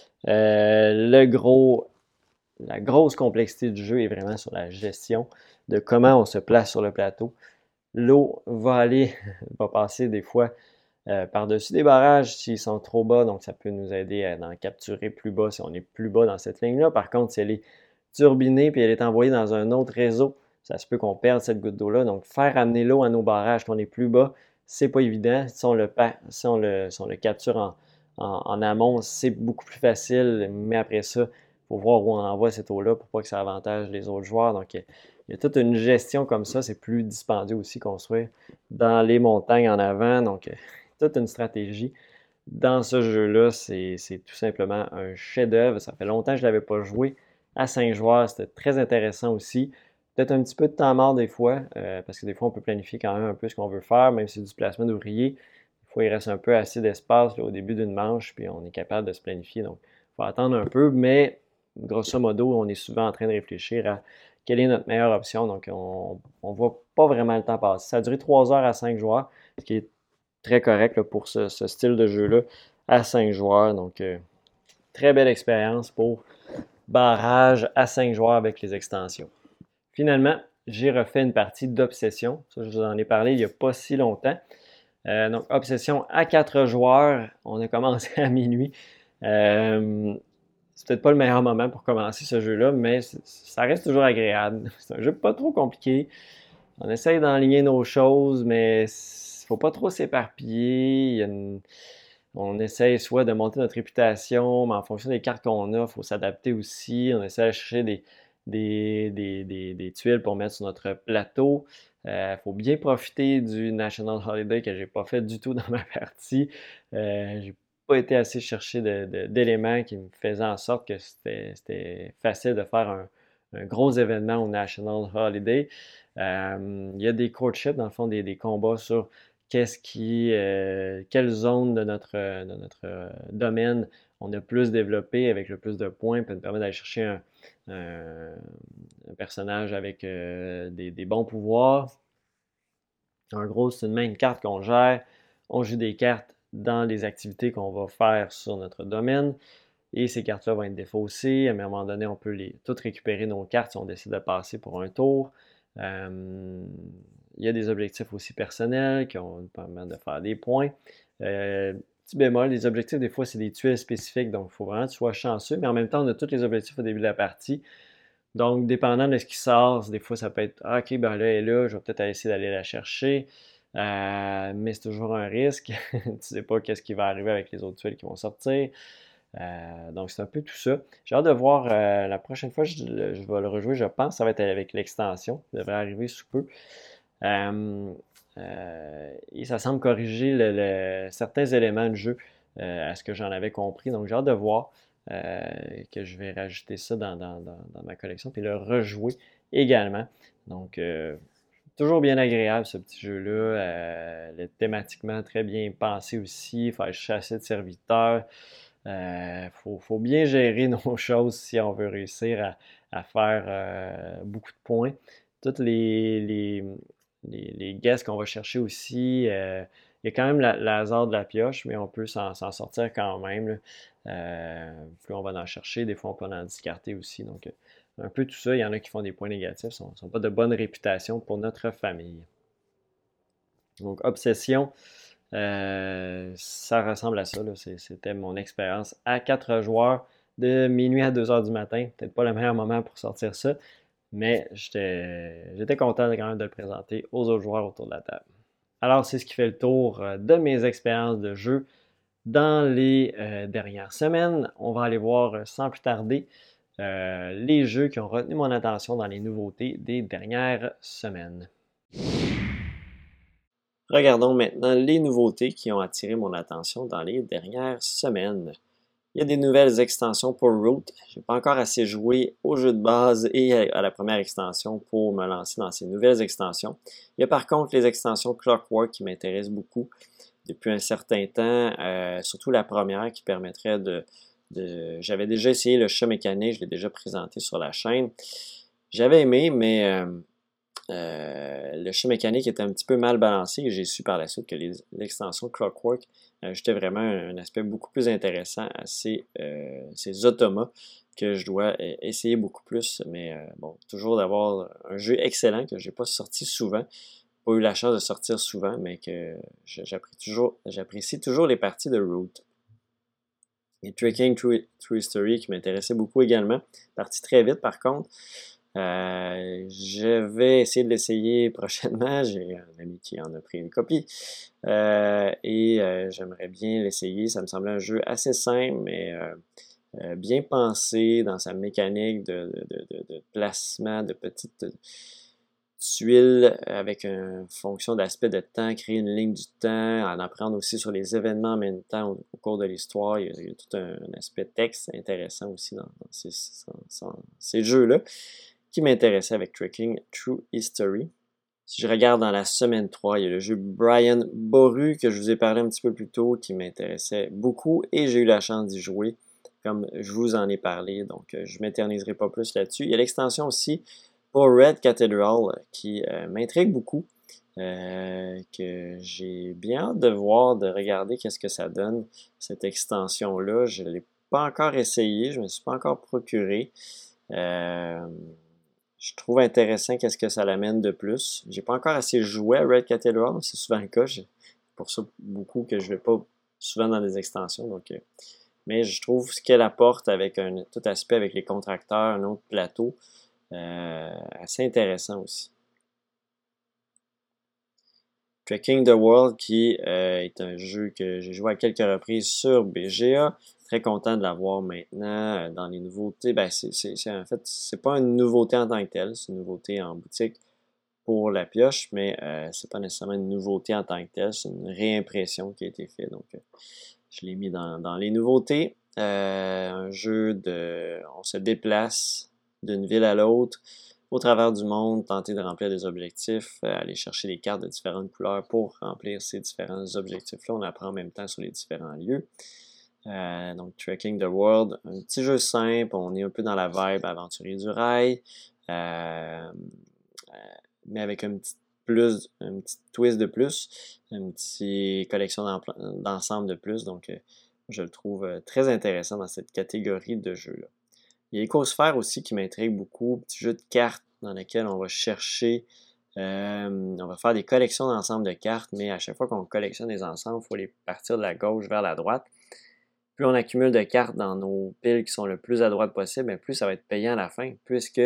Euh, le gros, la grosse complexité du jeu est vraiment sur la gestion de comment on se place sur le plateau. L'eau va aller, va passer des fois euh, par-dessus des barrages s'ils sont trop bas, donc ça peut nous aider à en capturer plus bas si on est plus bas dans cette ligne-là. Par contre, si elle est turbinée puis elle est envoyée dans un autre réseau, ça se peut qu'on perde cette goutte d'eau-là. Donc, faire amener l'eau à nos barrages quand on est plus bas, c'est pas évident. Si on le, si on le, si on le capture en, en, en amont, c'est beaucoup plus facile, mais après ça, il faut voir où on envoie cette eau-là pour pas que ça avantage les autres joueurs. Donc, il y a toute une gestion comme ça. C'est plus dispendieux aussi construire dans les montagnes en avant. Donc, toute une stratégie. Dans ce jeu-là, c'est tout simplement un chef-d'œuvre. Ça fait longtemps que je ne l'avais pas joué à cinq joueurs. C'était très intéressant aussi. Peut-être un petit peu de temps mort des fois, euh, parce que des fois, on peut planifier quand même un peu ce qu'on veut faire, même si c'est du placement d'ouvriers. Des fois, il reste un peu assez d'espace au début d'une manche, puis on est capable de se planifier. Donc, il faut attendre un peu, mais grosso modo, on est souvent en train de réfléchir à quelle est notre meilleure option. Donc, on ne voit pas vraiment le temps passer. Ça a duré trois heures à cinq joueurs, ce qui est très correct là, pour ce, ce, style de jeu-là à cinq joueurs. Donc, euh, très belle expérience pour barrage à cinq joueurs avec les extensions. Finalement, j'ai refait une partie d'Obsession. Ça, je vous en ai parlé il n'y a pas si longtemps. Euh, donc, Obsession à quatre joueurs. On a commencé à minuit. Euh, c'est peut-être pas le meilleur moment pour commencer ce jeu-là, mais ça reste toujours agréable. C'est un jeu pas trop compliqué. On essaye d'enligner nos choses, mais il ne faut pas trop s'éparpiller. Une... On essaye soit de monter notre réputation, mais en fonction des cartes qu'on a, il faut s'adapter aussi. On essaie de chercher des, des, des, des, des tuiles pour mettre sur notre plateau. Il euh, faut bien profiter du National Holiday que je n'ai pas fait du tout dans ma partie. Euh, j'ai pas été assez chercher d'éléments qui me faisaient en sorte que c'était facile de faire un, un gros événement au National Holiday. Euh, il y a des courtships, dans le fond, des, des combats sur qu'est-ce qui, euh, quelle zone de notre, de notre euh, domaine on a plus développé avec le plus de points, peut nous permettre d'aller chercher un, un, un personnage avec euh, des, des bons pouvoirs. En gros, c'est une main carte qu'on gère. On joue des cartes dans les activités qu'on va faire sur notre domaine. Et ces cartes-là vont être défaussées. À un moment donné, on peut les, toutes récupérer nos cartes si on décide de passer pour un tour. Euh, il y a des objectifs aussi personnels qui vont nous permettre de faire des points. Euh, petit bémol, les objectifs, des fois, c'est des tuiles spécifiques, donc il faut vraiment que tu sois chanceux, mais en même temps, on a tous les objectifs au début de la partie. Donc, dépendant de ce qui sort, des fois, ça peut être ah, OK, ben là, elle est là, je vais peut-être essayer d'aller la chercher. Euh, mais c'est toujours un risque. Tu ne sais pas qu'est-ce qui va arriver avec les autres tuiles qui vont sortir. Euh, donc, c'est un peu tout ça. J'ai hâte de voir euh, la prochaine fois, je, je, vais le rejouer. Je pense que ça va être avec l'extension. Ça devrait arriver sous peu. Euh, euh, et ça semble corriger le, le, certains éléments du jeu euh, à ce que j'en avais compris. Donc, j'ai hâte de voir euh, que je vais rajouter ça dans, dans, dans, dans ma collection puis le rejouer également. Donc, euh, toujours bien agréable ce petit jeu-là. Euh, thématiquement très bien pensé aussi. Il faut chasser de serviteurs. Il euh, faut, faut, bien gérer nos choses si on veut réussir à, à faire euh, beaucoup de points. Toutes les, les, les, les guests qu'on va chercher aussi, euh, il y a quand même la, la hasard de la pioche, mais on peut s'en sortir quand même. Euh, plus on va en chercher, des fois on peut en discarter aussi. Donc, un peu tout ça, il y en a qui font des points négatifs, ne sont, sont pas de bonne réputation pour notre famille. Donc, Obsession, euh, ça ressemble à ça. C'était mon expérience à quatre joueurs de minuit à deux heures du matin. Peut-être pas le meilleur moment pour sortir ça, mais j'étais content quand même de le présenter aux autres joueurs autour de la table. Alors, c'est ce qui fait le tour de mes expériences de jeu dans les euh, dernières semaines. On va aller voir sans plus tarder euh, les jeux qui ont retenu mon attention dans les nouveautés des dernières semaines. Regardons maintenant les nouveautés qui ont attiré mon attention dans les dernières semaines. Il y a des nouvelles extensions pour Root. Je n'ai pas encore assez joué au jeu de base et à la première extension pour me lancer dans ces nouvelles extensions. Il y a par contre les extensions Clockwork qui m'intéressent beaucoup depuis un certain temps, euh, surtout la première qui permettrait de, de j'avais déjà essayé le chat mécanique, je l'ai déjà présenté sur la chaîne. J'avais aimé, mais euh, euh, le chat mécanique était un petit peu mal balancé et j'ai su par la suite que l'extension Clockwork ajoutait vraiment un, un aspect beaucoup plus intéressant à ces, euh, ces automas que je dois essayer beaucoup plus. Mais euh, bon, toujours d'avoir un jeu excellent que j'ai pas sorti souvent, pas eu la chance de sortir souvent, mais que j'apprécie toujours, j'apprécie toujours les parties de Root. Et Trekking True, True History qui m'intéressait beaucoup également, parti très vite par contre. Euh, je vais essayer de l'essayer prochainement. J'ai un ami qui en a pris une copie. Euh, et euh, j'aimerais bien l'essayer. Ça me semblait un jeu assez simple, mais euh, euh, bien pensé dans sa mécanique de, de, de, de placement de petites tuiles avec une fonction d'aspect de temps, créer une ligne du temps, en apprendre aussi sur les événements en même temps au, au cours de l'histoire. Il, il y a tout un, un aspect texte intéressant aussi dans, dans ces, dans ces jeux-là qui m'intéressait avec Trekking True History. Si je regarde dans la semaine trois, il y a le jeu Brian Boru que je vous ai parlé un petit peu plus tôt qui m'intéressait beaucoup et j'ai eu la chance d'y jouer comme je vous en ai parlé, donc je ne m'éterniserai pas plus là-dessus. Il y a l'extension aussi pour Red Cathedral qui euh, m'intrigue beaucoup, euh, que j'ai bien hâte de voir, de regarder qu'est-ce que ça donne, cette extension-là. Je ne l'ai pas encore essayé, je ne me suis pas encore procuré. Euh, Je trouve intéressant qu'est-ce que ça l'amène de plus. J'ai pas encore assez joué à Red Cathedral, c'est souvent le cas. C'est pour ça beaucoup que je vais pas souvent dans des extensions. Donc, euh, mais je trouve ce qu'elle apporte avec un tout aspect avec les contracteurs, un autre plateau, euh, assez intéressant aussi. Trekking the World qui euh, est un jeu que j'ai joué à quelques reprises sur B G A. Très content de l'avoir maintenant euh, dans les nouveautés. Ben, c'est, c'est, c'est en fait, c'est pas une nouveauté en tant que telle, c'est une nouveauté en boutique pour la pioche, mais euh, c'est pas nécessairement une nouveauté en tant que telle, c'est une réimpression qui a été faite. Donc, euh, je l'ai mis dans, dans les nouveautés. Euh, un jeu de, on se déplace d'une ville à l'autre, au travers du monde, tenter de remplir des objectifs, euh, aller chercher des cartes de différentes couleurs pour remplir ces différents objectifs-là. On apprend en même temps sur les différents lieux. Euh, donc, Trekking the World, un petit jeu simple, on est un peu dans la vibe aventurier du rail, euh, euh, mais avec un petit plus, un petit twist de plus, une petite collection d'ensemble de plus, donc euh, je le trouve euh, très intéressant dans cette catégorie de jeux-là. Il y a Ecosphère aussi qui m'intrigue beaucoup, petit jeu de cartes dans lequel on va chercher, euh, on va faire des collections d'ensemble de cartes, mais à chaque fois qu'on collectionne des ensembles, il faut les partir de la gauche vers la droite. Plus on accumule de cartes dans nos piles qui sont le plus à droite possible, mais plus ça va être payant à la fin, puisque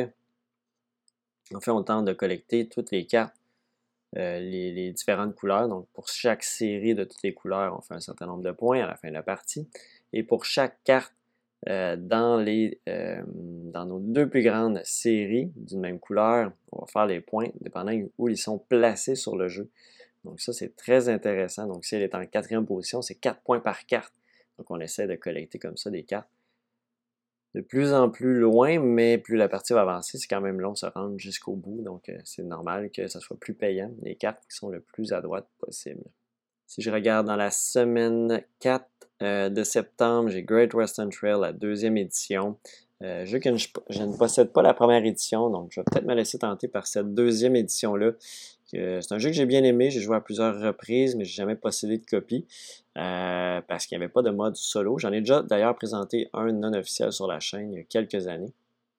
en fait on tente de collecter toutes les cartes, euh, les, les différentes couleurs. Donc pour chaque série de toutes les couleurs, on fait un certain nombre de points à la fin de la partie. Et pour chaque carte euh, dans, les, euh, dans nos deux plus grandes séries d'une même couleur, on va faire les points dépendant où ils sont placés sur le jeu. Donc ça c'est très intéressant. Donc si elle est en quatrième position, c'est quatre points par carte. Donc, on essaie de collecter comme ça des cartes de plus en plus loin, mais plus la partie va avancer, c'est quand même long de se rendre jusqu'au bout. Donc, euh, c'est normal que ça soit plus payant, les cartes qui sont le plus à droite possible. Si je regarde dans la semaine quatre euh, de septembre, j'ai Great Western Trail, la deuxième édition. Euh, jeu que je, je ne possède pas la première édition, donc je vais peut-être me laisser tenter par cette deuxième édition-là. C'est un jeu que j'ai bien aimé, j'ai joué à plusieurs reprises, mais j'ai jamais possédé de copie euh, parce qu'il n'y avait pas de mode solo. J'en ai déjà d'ailleurs présenté un non officiel sur la chaîne il y a quelques années.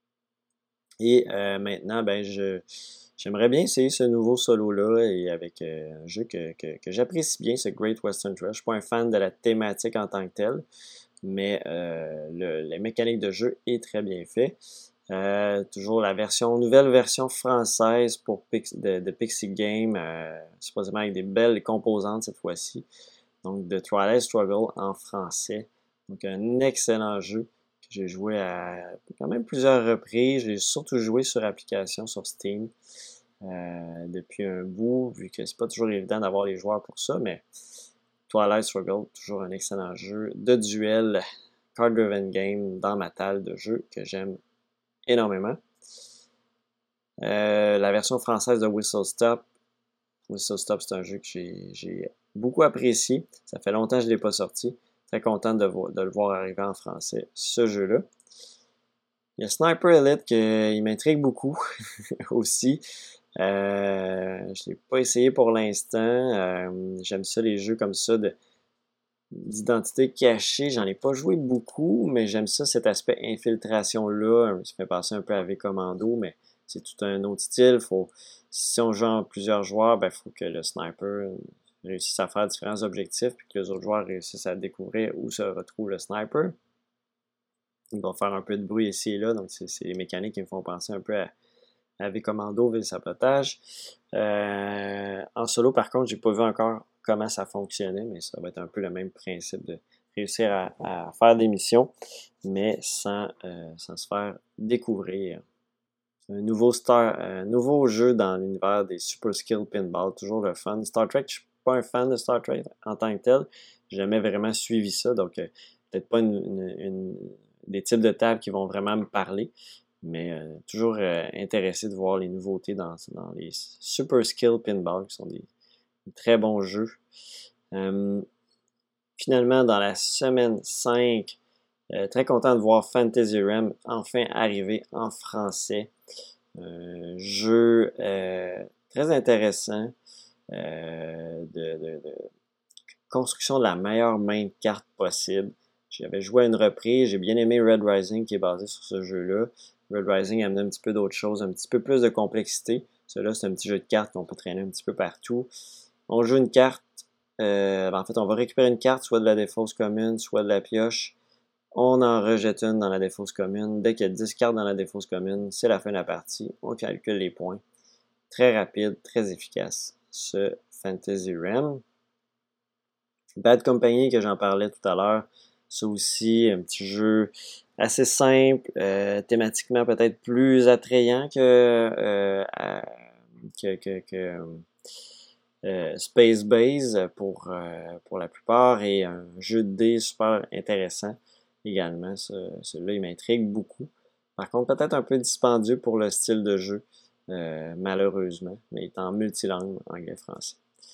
Et euh, maintenant, ben je j'aimerais bien essayer ce nouveau solo-là et avec euh, un jeu que, que, que j'apprécie bien, ce Great Western Trail. Je ne suis pas un fan de la thématique en tant que telle, mais euh, le, la mécanique de jeu est très bien faite. Euh, toujours la version, nouvelle version française pour Pix, de, de Pixie Game, euh, supposément avec des belles composantes cette fois-ci. Donc, de Twilight Struggle en français. Donc, un excellent jeu que j'ai joué à quand même plusieurs reprises. J'ai surtout joué sur application sur Steam euh, depuis un bout, vu que c'est pas toujours évident d'avoir les joueurs pour ça, mais Twilight Struggle, toujours un excellent jeu de duel, card-driven game dans ma table de jeu que j'aime énormément. Euh, la version française de Whistle Stop. Whistle Stop, c'est un jeu que j'ai beaucoup apprécié. Ça fait longtemps que je ne l'ai pas sorti. très content de, vo- de le voir arriver en français, ce jeu-là. Il y a Sniper Elite qui m'intrigue beaucoup aussi. Euh, je ne l'ai pas essayé pour l'instant. Euh, j'aime ça, les jeux comme ça de, d'identité cachée. J'en ai pas joué beaucoup, mais j'aime ça, cet aspect infiltration-là. Ça fait penser un peu à V-Commando, mais c'est tout un autre style. Faut, si on joue en plusieurs joueurs, il ben, faut que le sniper réussisse à faire différents objectifs, puis que les autres joueurs réussissent à découvrir où se retrouve le sniper. Ils vont faire un peu de bruit ici et là, donc c'est, c'est les mécaniques qui me font penser un peu à, à V-Commando, V-Sabotage. Euh, en solo, par contre, j'ai pas vu encore comment ça fonctionnait, mais ça va être un peu le même principe de réussir à, à faire des missions, mais sans, euh, sans se faire découvrir. Un nouveau, star, un nouveau jeu dans l'univers des Super Skill Pinball, toujours le fun. Star Trek, je suis pas un fan de Star Trek en tant que tel. J'ai jamais vraiment suivi ça, donc euh, peut-être pas une, une, une, des types de tables qui vont vraiment me parler, mais euh, toujours euh, intéressé de voir les nouveautés dans, dans les Super Skill Pinball, qui sont des, des très bons jeux. Euh, finalement, dans la semaine cinq, euh, très content de voir Fantasy Realm enfin arriver en français. Un jeu euh, très intéressant euh, de, de, de construction de la meilleure main de cartes possible. J'avais joué à une reprise, j'ai bien aimé Red Rising qui est basé sur ce jeu-là. Red Rising amène un petit peu d'autres choses, un petit peu plus de complexité. Celui-là, c'est un petit jeu de cartes qu'on peut traîner un petit peu partout. On joue une carte, euh, en fait, on va récupérer une carte, soit de la défausse commune, soit de la pioche. On en rejette une dans la défausse commune. Dès qu'il y a dix cartes dans la défausse commune, c'est la fin de la partie. On calcule les points. Très rapide, très efficace, ce Fantasy Realm. Bad Company, que j'en parlais tout à l'heure, c'est aussi un petit jeu assez simple, euh, thématiquement peut-être plus attrayant que, euh, à, que, que, que euh, Space Base pour, euh, pour la plupart, et un jeu de dés super intéressant également. Ce, celui-là, il m'intrigue beaucoup. Par contre, peut-être un peu dispendieux pour le style de jeu, euh, malheureusement, mais il est en multilangue, anglais-français.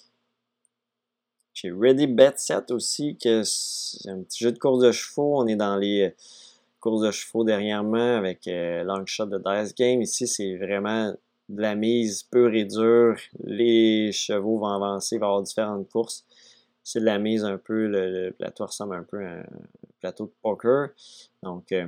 J'ai Ready Bet Set aussi, que c'est un petit jeu de course de chevaux. On est dans les courses de chevaux dernièrement avec euh, Longshot de Dice Game. Ici, c'est vraiment de la mise pure et dure. Les chevaux vont avancer, il va y avoir différentes courses. C'est de la mise un peu, le, le plateau ressemble un peu à un plateau de poker. Donc, euh,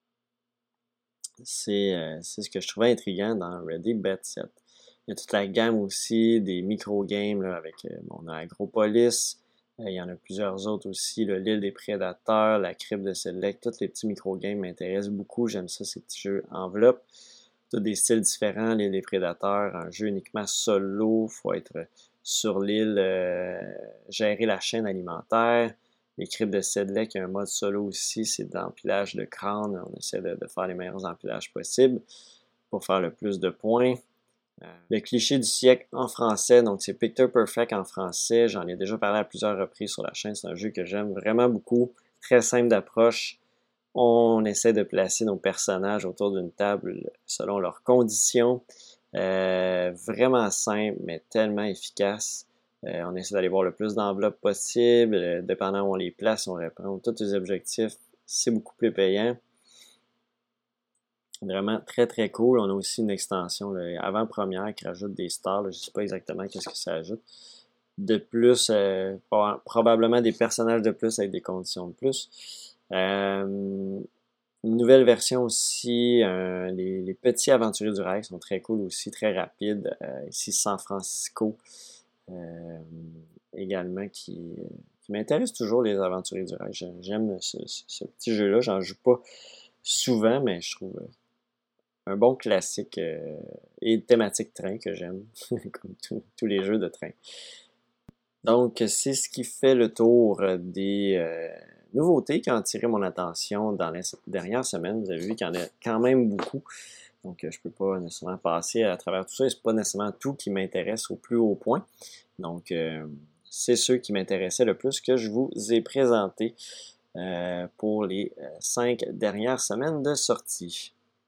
c'est, euh, c'est ce que je trouvais intriguant dans Ready Bet Set. Il y a toute la gamme aussi des micro-games là, avec, euh, bon, on a Agropolis, euh, il y en a plusieurs autres aussi, là, l'île des prédateurs, la crypte de Select, tous les petits micro-games m'intéressent beaucoup, j'aime ça, ces petits jeux enveloppes. Tous des styles différents, l'île des prédateurs, un jeu uniquement solo, il faut être sur l'île, euh, gérer la chaîne alimentaire. Les cryptes de Sedlec, il y a un mode solo aussi, c'est de l'empilage de crâne. On essaie de, de faire les meilleurs empilages possibles pour faire le plus de points. Euh, le cliché du siècle en français, donc c'est Picture Perfect en français. J'en ai déjà parlé à plusieurs reprises sur la chaîne. C'est un jeu que j'aime vraiment beaucoup. Très simple d'approche. On essaie de placer nos personnages autour d'une table selon leurs conditions. Euh, vraiment simple, mais tellement efficace. Euh, on essaie d'aller voir le plus d'enveloppes possible. Euh, dépendant où on les place, on répond tous les objectifs. C'est beaucoup plus payant. Vraiment très très cool. On a aussi une extension là, avant-première qui rajoute des stars. Là, je ne sais pas exactement qu'est-ce que ça ajoute. De plus, euh, probablement des personnages de plus avec des conditions de plus. Euh, une nouvelle version aussi, euh, les, les petits aventuriers du rail sont très cool aussi, très rapides. Euh, ici, San Francisco euh, également qui, qui m'intéresse toujours, les aventuriers du rail. J'aime ce, ce petit jeu-là, j'en joue pas souvent, mais je trouve un bon classique euh, et thématique train que j'aime, comme tous les jeux de train. Donc, c'est ce qui fait le tour des euh, nouveautés qui ont attiré mon attention dans les dernières semaines. Vous avez vu qu'il y en a quand même beaucoup. Donc, je ne peux pas nécessairement passer à travers tout ça. Ce n'est pas nécessairement tout qui m'intéresse au plus haut point. Donc, euh, c'est ceux qui m'intéressaient le plus que je vous ai présentés euh, pour les euh, cinq dernières semaines de sortie.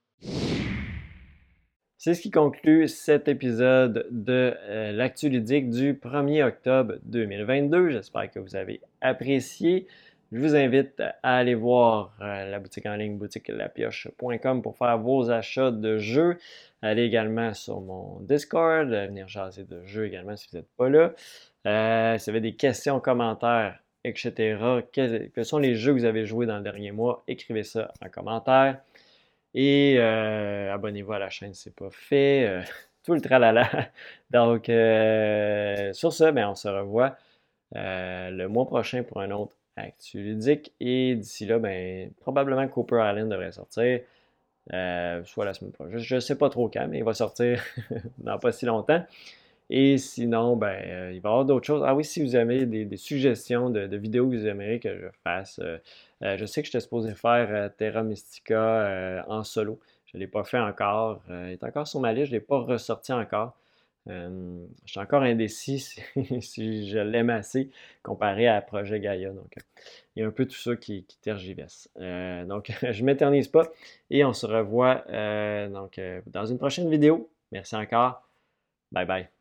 C'est ce qui conclut cet épisode de euh, l'Actu ludique du premier octobre deux mille vingt-deux. J'espère que vous avez apprécié. Je vous invite à aller voir euh, la boutique en ligne boutique la pioche point com pour faire vos achats de jeux. Allez également sur mon Discord, venir jaser de jeux également si vous n'êtes pas là. Euh, si vous avez des questions, commentaires, et cetera. Quels, quels sont les jeux que vous avez joués dans le dernier mois? Écrivez ça en commentaire. Et euh, abonnez-vous à la chaîne si ce n'est pas fait. Euh, tout le tralala. Donc, euh, sur ce, ben, on se revoit euh, le mois prochain pour un autre Actu ludique. Et d'ici là, ben, probablement Cooper Island devrait sortir. Euh, soit la semaine prochaine. Je ne sais pas trop quand, mais il va sortir dans pas si longtemps. Et sinon, ben, euh, il va y avoir d'autres choses. Ah oui, si vous avez des, des suggestions de, de vidéos que vous aimeriez que je fasse, euh, euh, je sais que j'étais supposé faire euh, Terra Mystica euh, en solo. Je ne l'ai pas fait encore. Euh, il est encore sur ma liste, je ne l'ai pas ressorti encore. Euh, je suis encore indécis si, si je l'aime assez comparé à Projet Gaia. Donc, euh, il y a un peu tout ça qui, qui tergiverse. Euh, donc, je ne m'éternise pas et on se revoit euh, donc, euh, dans une prochaine vidéo. Merci encore. Bye bye.